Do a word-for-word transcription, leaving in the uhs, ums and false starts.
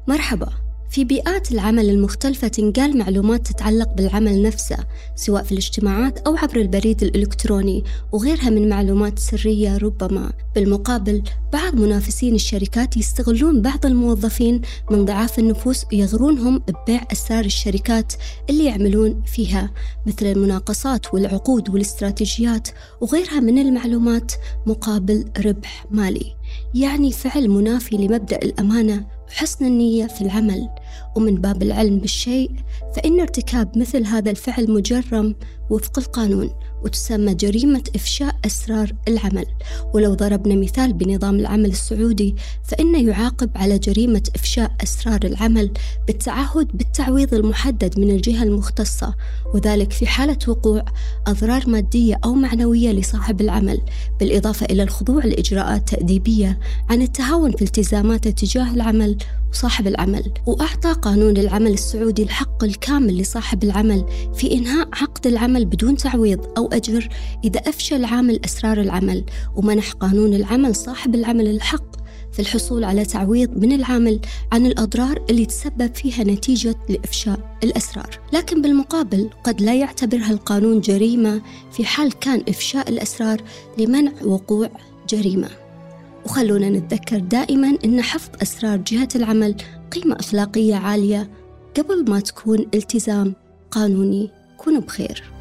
مرحبا. في بيئات العمل المختلفة تنقال معلومات تتعلق بالعمل نفسه، سواء في الاجتماعات أو عبر البريد الإلكتروني وغيرها من معلومات سرية. ربما بالمقابل بعض منافسين الشركات يستغلون بعض الموظفين من ضعاف النفوس ويغرونهم ببيع أسرار الشركات اللي يعملون فيها، مثل المناقصات والعقود والاستراتيجيات وغيرها من المعلومات مقابل ربح مالي. يعني فعل منافي لمبدأ الأمانة وحسن النية في العمل. ومن باب العلم بالشيء، فإن ارتكاب مثل هذا الفعل مجرم وفق القانون، وتسمى جريمة إفشاء أسرار العمل. ولو ضربنا مثال بنظام العمل السعودي، فإنه يعاقب على جريمة إفشاء أسرار العمل بالتعهد بالتعويض المحدد من الجهة المختصة، وذلك في حالة وقوع أضرار مادية أو معنوية لصاحب العمل، بالإضافة إلى الخضوع لإجراءات تأديبية عن التهاون في التزاماته تجاه العمل وصاحب العمل. وأعطى قانون العمل السعودي الحق الكامل لصاحب العمل في إنهاء عقد العمل بدون تعويض أو أجر إذا أفشى العامل أسرار العمل، ومنح قانون العمل صاحب العمل الحق في الحصول على تعويض من العامل عن الأضرار اللي تسبب فيها نتيجة لإفشاء الأسرار. لكن بالمقابل قد لا يعتبرها القانون جريمة في حال كان إفشاء الأسرار لمنع وقوع جريمة. وخلونا نتذكر دائما أن حفظ أسرار جهة العمل قيمة أخلاقية عالية قبل ما تكون التزام قانوني. كونوا بخير.